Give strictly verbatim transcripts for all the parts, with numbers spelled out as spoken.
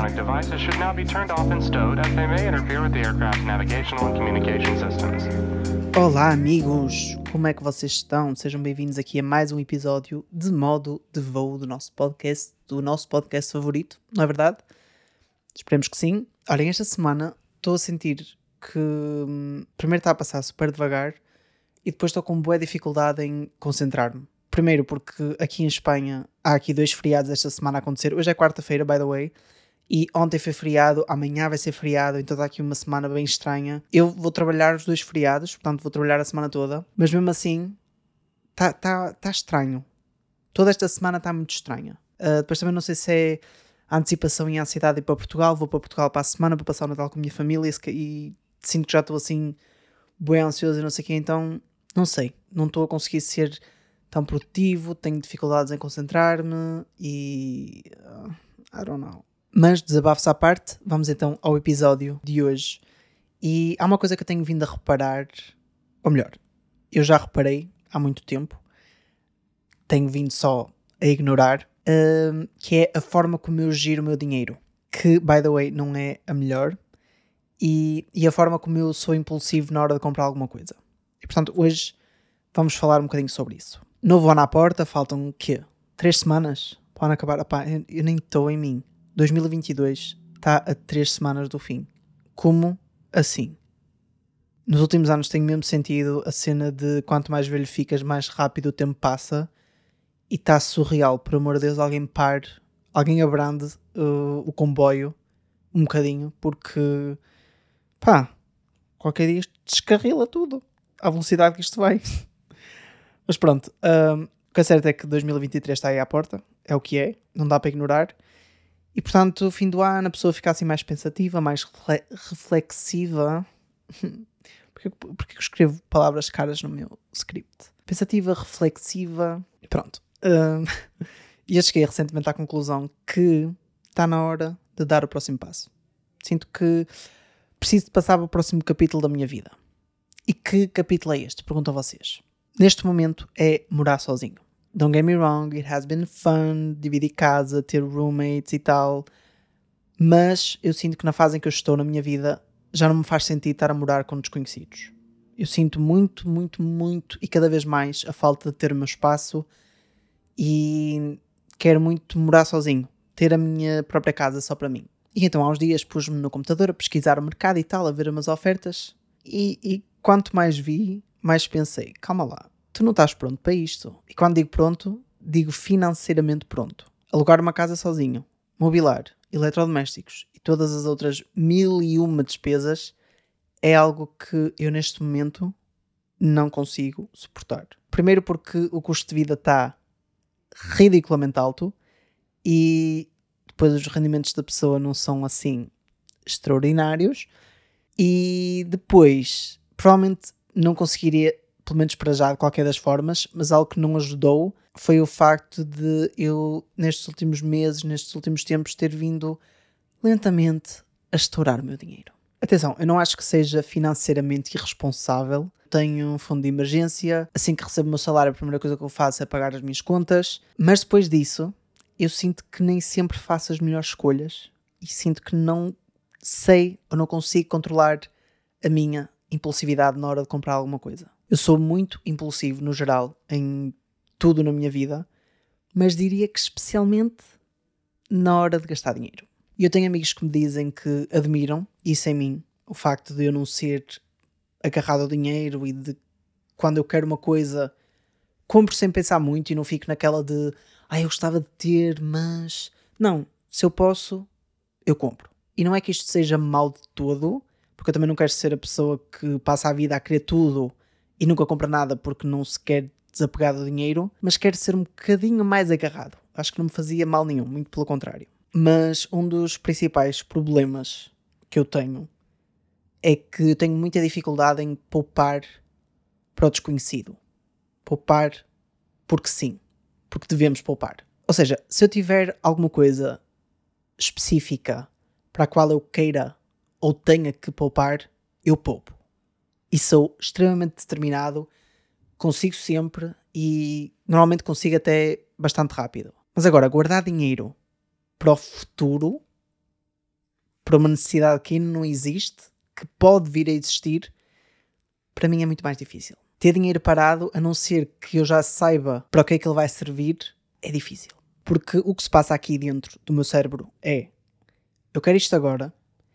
electronic devices should now be turned off and stowed as they may interfere with the aircraft's navigational and communication systems. Olá amigos, como é que vocês estão? Sejam bem-vindos aqui a mais um episódio de modo de voo do nosso podcast, do nosso podcast favorito, não é verdade? Esperemos que sim. Olhem, esta semana estou a sentir que hum, primeiro está a passar super devagar e depois estou com boa dificuldade em concentrar-me. Primeiro porque aqui em Espanha há aqui dois feriados esta semana a acontecer. Hoje é quarta-feira, by the way, e ontem foi feriado, amanhã vai ser feriado, então está aqui uma semana bem estranha. Eu vou trabalhar os dois feriados, portanto vou trabalhar a semana toda, mas mesmo assim está tá, tá estranho. Toda esta semana está muito estranha. Uh, depois também não sei se é a antecipação e a ansiedade de ir para Portugal. Vou para Portugal para a semana para passar o Natal com a minha família e, e sinto que já estou assim bem ansioso e não sei o quê, então não sei, não estou a conseguir ser tão produtivo, tenho dificuldades em concentrar-me e uh, I don't know. Mas desabafos à parte, vamos então ao episódio de hoje. E há uma coisa que eu tenho vindo a reparar, ou melhor, eu já reparei há muito tempo, tenho vindo só a ignorar, uh, que é a forma como eu giro o meu dinheiro, que, by the way, não é a melhor, e, e a forma como eu sou impulsivo na hora de comprar alguma coisa. E portanto, hoje vamos falar um bocadinho sobre isso. Novo ano à porta, faltam o quê? Três semanas? Para acabar? Opá, eu, eu nem estou em mim. dois mil e vinte e dois está a três semanas do fim. Como assim? Nos últimos anos tenho mesmo sentido a cena de quanto mais velho ficas, mais rápido o tempo passa, e está surreal. Por amor de Deus, alguém pare, alguém abrande uh, o comboio um bocadinho, porque pá, qualquer dia isto descarrila tudo à velocidade que isto vai. Mas pronto, um, o que é certo é que dois mil e vinte e três está aí à porta, é o que é, não dá para ignorar. E portanto, fim do ano, a pessoa fica assim mais pensativa, mais refle- reflexiva. porque, porque eu escrevo palavras caras no meu script? Pensativa, reflexiva, pronto. Um, e eu cheguei recentemente à conclusão que está na hora de dar o próximo passo. Sinto que preciso de passar para o próximo capítulo da minha vida. E que capítulo é este? Pergunto a vocês. Neste momento é morar sozinho. Don't get me wrong, it has been fun, dividir casa, ter roommates e tal, mas eu sinto que na fase em que eu estou na minha vida já não me faz sentido estar a morar com desconhecidos. Eu sinto muito, muito, muito e cada vez mais a falta de ter o meu espaço e quero muito morar sozinho, ter a minha própria casa só para mim. E então há uns dias pus-me no computador a pesquisar o mercado e tal, a ver umas ofertas e, e quanto mais vi, mais pensei, calma lá, tu não estás pronto para isto. E quando digo pronto, digo financeiramente pronto. Alugar uma casa sozinho, mobilar, eletrodomésticos e todas as outras mil e uma despesas é algo que eu neste momento não consigo suportar. Primeiro porque o custo de vida está ridiculamente alto e depois os rendimentos da pessoa não são assim extraordinários e depois provavelmente não conseguiria, pelo menos para já de qualquer das formas, mas algo que não ajudou foi o facto de eu nestes últimos meses, nestes últimos tempos ter vindo lentamente a estourar o meu dinheiro. Atenção, eu não acho que seja financeiramente irresponsável. Tenho um fundo de emergência, assim que recebo o meu salário a primeira coisa que eu faço é pagar as minhas contas, mas depois disso eu sinto que nem sempre faço as melhores escolhas e sinto que não sei ou não consigo controlar a minha impulsividade na hora de comprar alguma coisa. Eu sou muito impulsivo no geral em tudo na minha vida, mas diria que especialmente na hora de gastar dinheiro. E eu tenho amigos que me dizem que admiram isso em mim, o facto de eu não ser agarrado ao dinheiro e de quando eu quero uma coisa compro sem pensar muito e não fico naquela de ah, eu gostava de ter, mas não, se eu posso, eu compro. E não é que isto seja mau de todo, porque eu também não quero ser a pessoa que passa a vida a querer tudo e nunca compra nada porque não se quer desapegar do dinheiro, mas quero ser um bocadinho mais agarrado. Acho que não me fazia mal nenhum, muito pelo contrário. Mas um dos principais problemas que eu tenho é que eu tenho muita dificuldade em poupar para o desconhecido. Poupar porque sim, porque devemos poupar. Ou seja, se eu tiver alguma coisa específica para a qual eu queira ou tenha que poupar, eu poupo. E sou extremamente determinado, consigo sempre e normalmente consigo até bastante rápido. Mas agora, guardar dinheiro para o futuro, por uma necessidade que ainda não existe, que pode vir a existir, para mim é muito mais difícil. Ter dinheiro parado, a não ser que eu já saiba para o que é que ele vai servir, é difícil. Porque o que se passa aqui dentro do meu cérebro é: eu quero isto agora,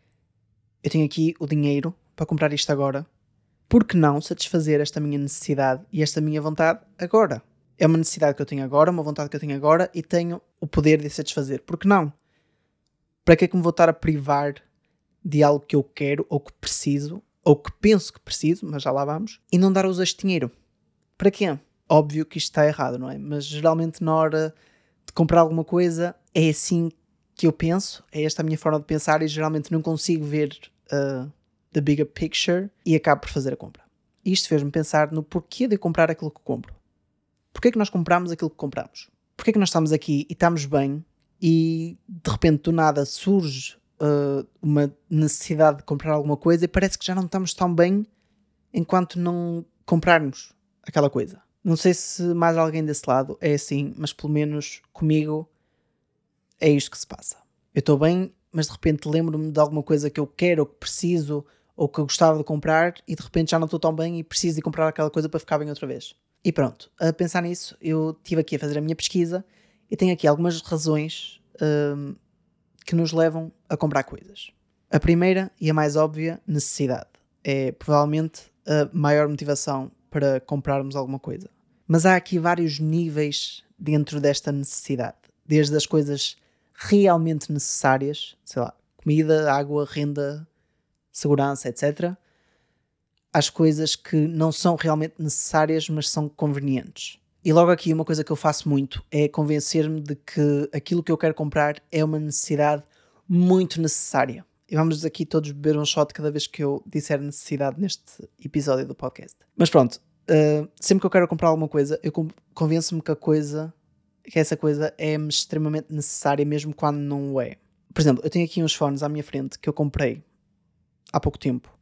eu tenho aqui o dinheiro para comprar isto agora, por que não satisfazer esta minha necessidade e esta minha vontade agora? É uma necessidade que eu tenho agora, uma vontade que eu tenho agora e tenho o poder de satisfazer. Por que não? Para que é que me vou estar a privar de algo que eu quero ou que preciso, ou que penso que preciso, mas já lá vamos, e não dar aos este dinheiro? Para quê? Óbvio que isto está errado, não é? Mas geralmente na hora de comprar alguma coisa é assim que eu penso, é esta a minha forma de pensar e geralmente não consigo ver uh, the bigger picture e acabo por fazer a compra. Isto fez-me pensar no porquê de comprar aquilo que compro. Porquê é que nós compramos aquilo que compramos? Porquê é que nós estamos aqui e estamos bem e de repente do nada surge uh, uma necessidade de comprar alguma coisa e parece que já não estamos tão bem enquanto não comprarmos aquela coisa? Não sei se mais alguém desse lado é assim, mas pelo menos comigo é isto que se passa. Eu estou bem, mas de repente lembro-me de alguma coisa que eu quero ou que preciso ou que eu gostava de comprar e de repente já não estou tão bem e preciso de comprar aquela coisa para ficar bem outra vez. E pronto, a pensar nisso, eu estive aqui a fazer a minha pesquisa e tenho aqui algumas razões hum, que nos levam a comprar coisas. A primeira e a mais óbvia, necessidade. É provavelmente a maior motivação para comprarmos alguma coisa. Mas há aqui vários níveis dentro desta necessidade. Desde as coisas realmente necessárias, sei lá, comida, água, renda, segurança, etcétera, às coisas que não são realmente necessárias, mas são convenientes. E logo aqui uma coisa que eu faço muito é convencer-me de que aquilo que eu quero comprar é uma necessidade muito necessária. E vamos aqui todos beber um shot cada vez que eu disser necessidade neste episódio do podcast. Mas pronto, uh, sempre que eu quero comprar alguma coisa, eu convenço-me que a coisa, que essa coisa é extremamente necessária mesmo quando não o é. Por exemplo, eu tenho aqui uns fones à minha frente que eu comprei há pouco tempo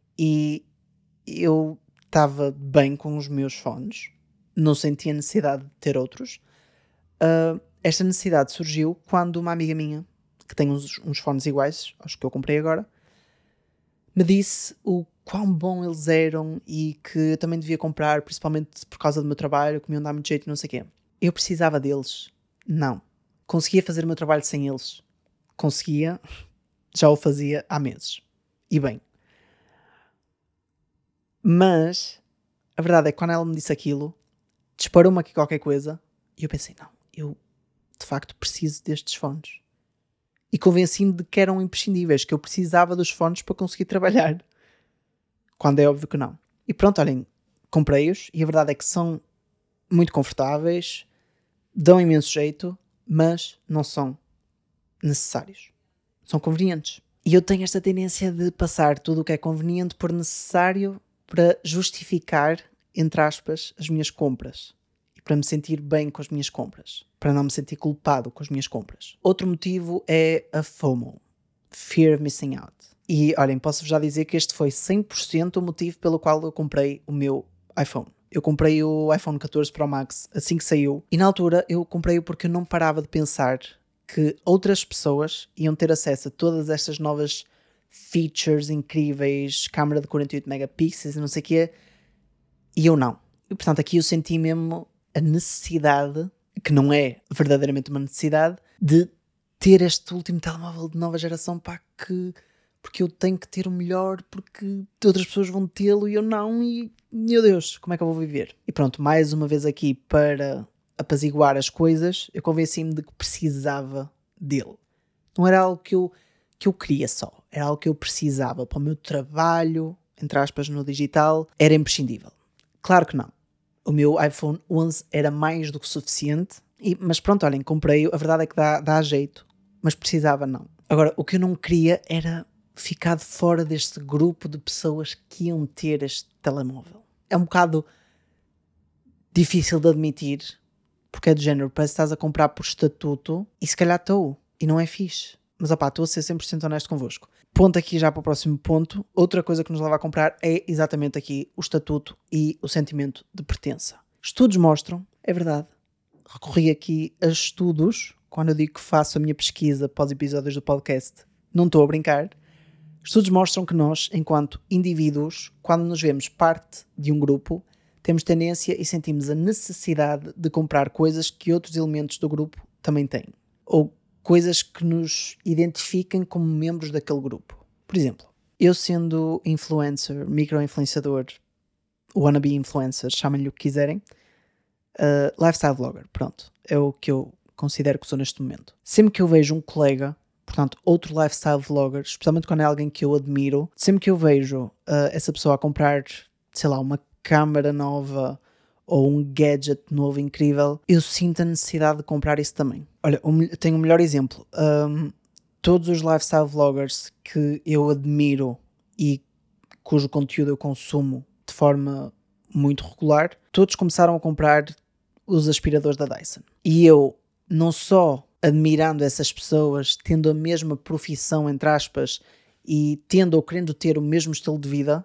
e eu estava bem com os meus fones, não sentia necessidade de ter outros. Uh, esta necessidade surgiu quando uma amiga minha, que tem uns, uns fones iguais aos que eu comprei agora, me disse o quão bom eles eram e que eu também devia comprar, principalmente por causa do meu trabalho, que me iam dar muito jeito e não sei o quê. Eu precisava deles? Não. Conseguia fazer o meu trabalho sem eles? Conseguia. Já o fazia há meses. E bem. Mas a verdade é que quando ela me disse aquilo, disparou-me aqui qualquer coisa e eu pensei, não, eu de facto preciso destes fones. E convenci-me de que eram imprescindíveis, que eu precisava dos fones para conseguir trabalhar. Quando é óbvio que não. E pronto, olhem, comprei-os e a verdade é que são muito confortáveis, dão imenso jeito, mas não são necessários. São convenientes. E eu tenho esta tendência de passar tudo o que é conveniente por necessário para justificar, entre aspas, as minhas compras. E para me sentir bem com as minhas compras. Para não me sentir culpado com as minhas compras. Outro motivo é a FOMO. Fear of Missing Out. E, olhem, posso-vos já dizer que este foi cem por cento o motivo pelo qual eu comprei o meu iPhone. Eu comprei o iPhone catorze Pro Max assim que saiu. E na altura eu comprei-o porque eu não parava de pensar que outras pessoas iam ter acesso a todas estas novas features incríveis, câmera de quarenta e oito megapixels e não sei o quê, e eu não. E portanto aqui eu senti mesmo a necessidade, que não é verdadeiramente uma necessidade, de ter este último telemóvel de nova geração, pá, que, porque eu tenho que ter o melhor, porque outras pessoas vão tê-lo e eu não, e meu Deus, como é que eu vou viver? E pronto, mais uma vez aqui para apaziguar as coisas, eu convenci-me de que precisava dele. Não era algo que eu, que eu queria só, era algo que eu precisava para o meu trabalho, entre aspas, no digital, era imprescindível. Claro que não. O meu iPhone onze era mais do que suficiente, e, mas pronto, olhem, comprei-o, a verdade é que dá, dá jeito, mas precisava não. Agora, o que eu não queria era ficar de fora deste grupo de pessoas que iam ter este telemóvel. É um bocado difícil de admitir, porque é do género, parece que estás a comprar por estatuto, e se calhar estou, e não é fixe. Mas opá, estou a ser cem por cento honesto convosco. Ponto aqui já para o próximo ponto. Outra coisa que nos leva a comprar é exatamente aqui o estatuto e o sentimento de pertença. Estudos mostram, é verdade, recorri aqui a estudos, quando eu digo que faço a minha pesquisa para os episódios do podcast, não estou a brincar. Estudos mostram que nós, enquanto indivíduos, quando nos vemos parte de um grupo, temos tendência e sentimos a necessidade de comprar coisas que outros elementos do grupo também têm. Ou coisas que nos identifiquem como membros daquele grupo. Por exemplo, eu sendo influencer, micro-influenciador, wannabe influencer, chamem-lhe o que quiserem, uh, lifestyle vlogger, pronto, é o que eu considero que sou neste momento. Sempre que eu vejo um colega, portanto, outro lifestyle vlogger, especialmente quando é alguém que eu admiro, sempre que eu vejo uh, essa pessoa a comprar, sei lá, uma câmera nova ou um gadget novo incrível, eu sinto a necessidade de comprar isso também. Olha, eu tenho o melhor exemplo. Um, todos os lifestyle vloggers que eu admiro e cujo conteúdo eu consumo de forma muito regular, todos começaram a comprar os aspiradores da Dyson. E eu, não só admirando essas pessoas, tendo a mesma profissão, entre aspas, e tendo ou querendo ter o mesmo estilo de vida,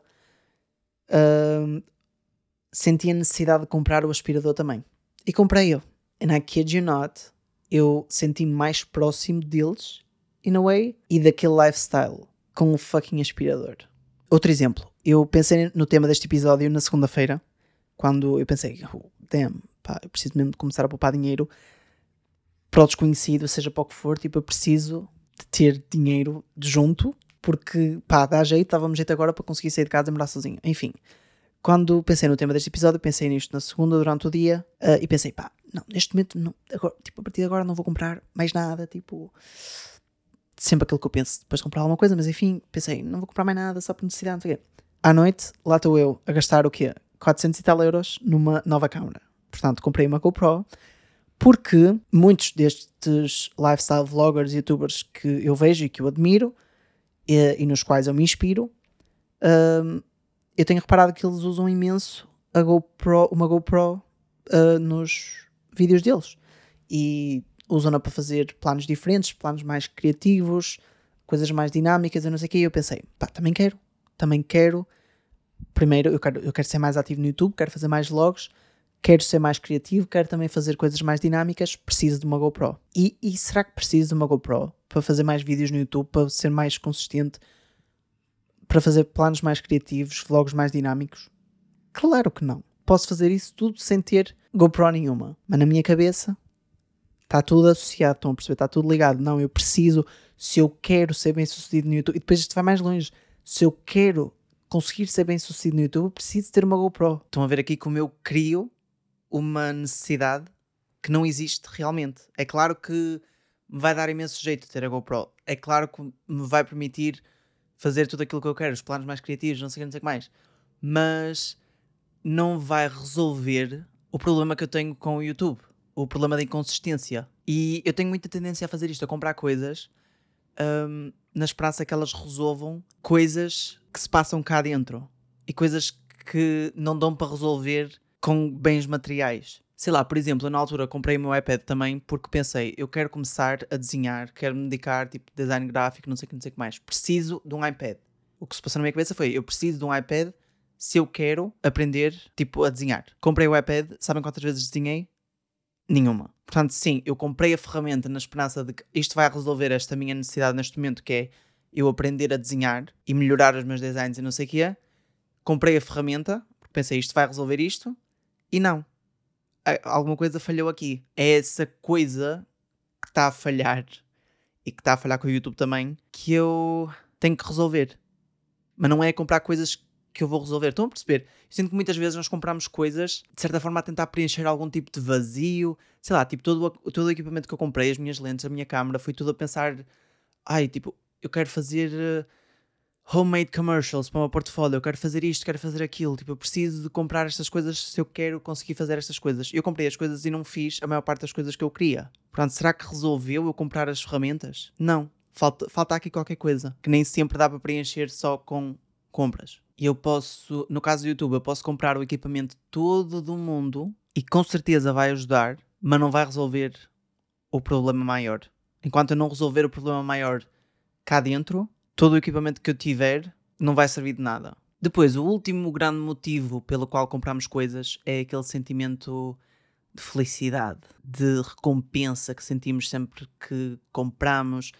uh, senti a necessidade de comprar o aspirador também. E comprei eu. And I kid you not, eu senti-me mais próximo deles, in a way, e daquele lifestyle, com o fucking aspirador. Outro exemplo, eu pensei no tema deste episódio na segunda-feira, quando eu pensei, oh, damn, pá, eu preciso mesmo de começar a poupar dinheiro para o desconhecido, seja para o que for, tipo, eu preciso de ter dinheiro de junto, porque, pá, dá jeito, dava-me jeito agora para conseguir sair de casa e morar sozinho. Enfim, quando pensei no tema deste episódio, pensei nisto na segunda, durante o dia, uh, e pensei, pá, não, neste momento, não, agora, tipo, a partir de agora não vou comprar mais nada, tipo, sempre aquilo que eu penso, depois de comprar alguma coisa, mas enfim, pensei, não vou comprar mais nada, só por necessidade, não sei o quê. À noite, lá estou eu a gastar o quê? quatrocentos e tal euros numa nova câmera. Portanto, comprei uma GoPro, porque muitos destes lifestyle vloggers e youtubers que eu vejo e que eu admiro e, e nos quais eu me inspiro, um, eu tenho reparado que eles usam imenso a GoPro, uma GoPro uh, nos vídeos deles. E usam-na para fazer planos diferentes, planos mais criativos, coisas mais dinâmicas, eu não sei o quê. E eu pensei, pá, também quero, também quero. Primeiro, eu quero, eu quero ser mais ativo no YouTube, quero fazer mais vlogs, quero ser mais criativo, quero também fazer coisas mais dinâmicas, preciso de uma GoPro. E, e será que preciso de uma GoPro para fazer mais vídeos no YouTube, para ser mais consistente, para fazer planos mais criativos, vlogs mais dinâmicos? Claro que não. Posso fazer isso tudo sem ter GoPro nenhuma. Mas na minha cabeça está tudo associado, estão a perceber? Está tudo ligado. Não, eu preciso, se eu quero ser bem sucedido no YouTube, e depois isto vai mais longe, se eu quero conseguir ser bem sucedido no YouTube, eu preciso ter uma GoPro. Estão a ver aqui como eu crio uma necessidade que não existe realmente. É claro que me vai dar imenso jeito ter a GoPro. É claro que me vai permitir fazer tudo aquilo que eu quero, os planos mais criativos, não sei o que, não sei o que mais. Mas não vai resolver o problema que eu tenho com o YouTube. O problema da inconsistência. E eu tenho muita tendência a fazer isto, a comprar coisas um, na esperança que elas resolvam coisas que se passam cá dentro. E coisas que não dão para resolver com bens materiais. Sei lá, por exemplo, eu na altura comprei o meu iPad também porque pensei, eu quero começar a desenhar, quero me dedicar, tipo, design gráfico, não sei o que, não sei o que mais. Preciso de um iPad. O que se passou na minha cabeça foi, eu preciso de um iPad se eu quero aprender, tipo, a desenhar. Comprei o iPad, sabem quantas vezes desenhei? Nenhuma. Portanto, sim, eu comprei a ferramenta na esperança de que isto vai resolver esta minha necessidade neste momento, que é eu aprender a desenhar e melhorar os meus designs e não sei o que é. Comprei a ferramenta, porque pensei, isto vai resolver isto, e não. Alguma coisa falhou aqui. É essa coisa que está a falhar, e que está a falhar com o YouTube também, que eu tenho que resolver. Mas não é comprar coisas que eu vou resolver. Estão a perceber? Eu sinto que muitas vezes nós compramos coisas, de certa forma, a tentar preencher algum tipo de vazio. Sei lá, tipo, todo o, todo o equipamento que eu comprei, as minhas lentes, a minha câmera, foi tudo a pensar, ai, tipo, eu quero fazer uh, homemade commercials para o meu portfólio, eu quero fazer isto, quero fazer aquilo, tipo, eu preciso de comprar estas coisas se eu quero conseguir fazer estas coisas. Eu comprei as coisas e não fiz a maior parte das coisas que eu queria. Portanto, será que resolveu eu comprar as ferramentas? Não. Falta, falta aqui qualquer coisa, que nem sempre dá para preencher só com compras. E eu posso, no caso do YouTube, eu posso comprar o equipamento todo do mundo e com certeza vai ajudar, mas não vai resolver o problema maior. Enquanto eu não resolver o problema maior cá dentro, todo o equipamento que eu tiver não vai servir de nada. Depois, o último grande motivo pelo qual compramos coisas é aquele sentimento de felicidade, de recompensa que sentimos sempre que compramos,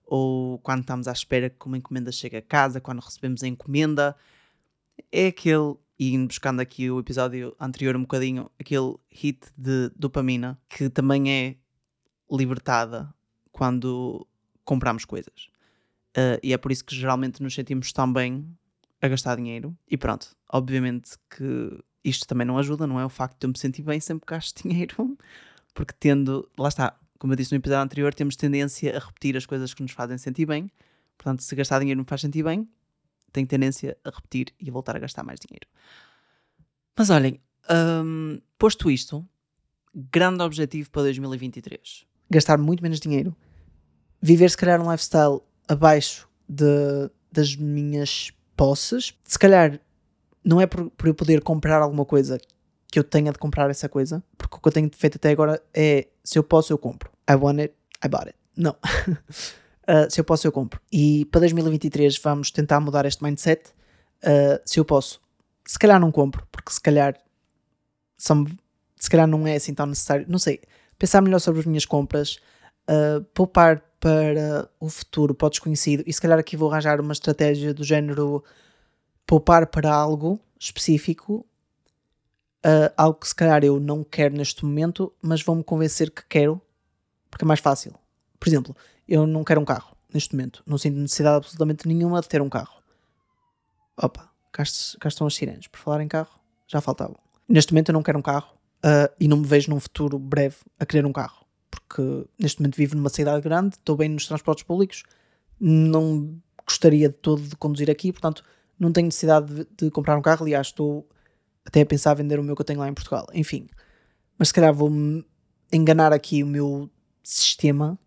ou quando estamos à espera que uma encomenda chegue a casa, quando recebemos a encomenda. É aquele, e indo buscando aqui o episódio anterior um bocadinho, aquele hit de dopamina que também é libertada quando compramos coisas. Uh, e é por isso que geralmente nos sentimos tão bem a gastar dinheiro. E pronto, obviamente que isto também não ajuda, não é? O facto de eu me sentir bem sempre que gasto dinheiro, porque tendo, lá está, como eu disse no episódio anterior, temos tendência a repetir as coisas que nos fazem sentir bem. Portanto, se gastar dinheiro me faz sentir bem, tenho tendência a repetir e a voltar a gastar mais dinheiro. Mas olhem, hum, posto isto, grande objetivo para dois mil e vinte e três. Gastar muito menos dinheiro, viver se calhar um lifestyle abaixo de, das minhas posses. Se calhar não é por, por eu poder comprar alguma coisa que eu tenha de comprar essa coisa, porque o que eu tenho feito até agora é, se eu posso eu compro. I want it, I bought it. Não. uh, se eu posso eu compro. E para dois mil e vinte e três vamos tentar mudar este mindset. Uh, se eu posso, se calhar não compro, porque se calhar são, se calhar não é assim tão necessário. Não sei, pensar melhor sobre as minhas compras, uh, poupar para o futuro, para o desconhecido, e se calhar aqui vou arranjar uma estratégia do género poupar para algo específico, uh, algo que se calhar eu não quero neste momento, mas vou-me convencer que quero, porque é mais fácil. Por exemplo, eu não quero um carro neste momento, não sinto necessidade absolutamente nenhuma de ter um carro. Opa, cá estão as sirenes. Por falar em carro, já faltavam. Neste momento eu não quero um carro, uh, e não me vejo num futuro breve a querer um carro, porque neste momento vivo numa cidade grande, estou bem nos transportes públicos, não gostaria de todo de conduzir aqui, portanto não tenho necessidade de, de comprar um carro. Aliás, estou até a pensar em vender o meu que eu tenho lá em Portugal. Enfim, mas se calhar vou-me enganar aqui o meu sistema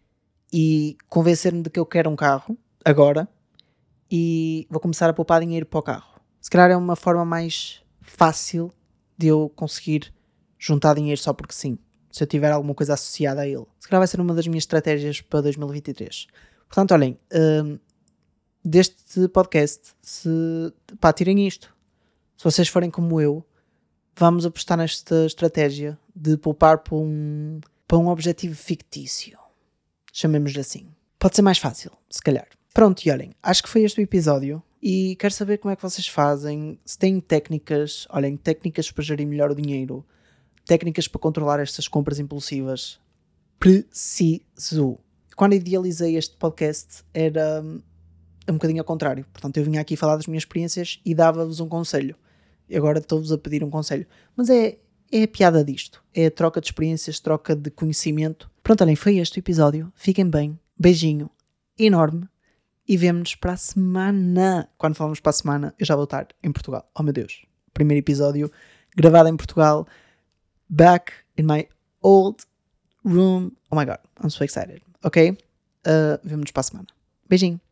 e convencer-me de que eu quero um carro agora e vou começar a poupar dinheiro para o carro. Se calhar é uma forma mais fácil de eu conseguir juntar dinheiro só porque sim, se eu tiver alguma coisa associada a ele. Se calhar vai ser uma das minhas estratégias para dois mil e vinte e três. Portanto, olhem, hum, deste podcast, se, pá, tirem isto. Se vocês forem como eu, vamos apostar nesta estratégia de poupar para um, para um objetivo fictício. Chamemos-lhe assim. Pode ser mais fácil, se calhar. Pronto, e olhem, acho que foi este o episódio e quero saber como é que vocês fazem, se têm técnicas, olhem, técnicas para gerir melhor o dinheiro, técnicas para controlar estas compras impulsivas. Preciso. Quando idealizei este podcast era um bocadinho ao contrário. Portanto, eu vinha aqui falar das minhas experiências e dava-vos um conselho. E agora estou-vos a pedir um conselho. Mas é, é a piada disto. É a troca de experiências, troca de conhecimento. Pronto, olhem, foi este o episódio. Fiquem bem. Beijinho enorme. E vemo-nos para a semana. Quando falamos para a semana, eu já vou estar em Portugal. Oh meu Deus. Primeiro episódio gravado em Portugal. Back in my old room. Oh my God. I'm so excited. Ok? Uh, vemo-nos para a semana. Beijinho.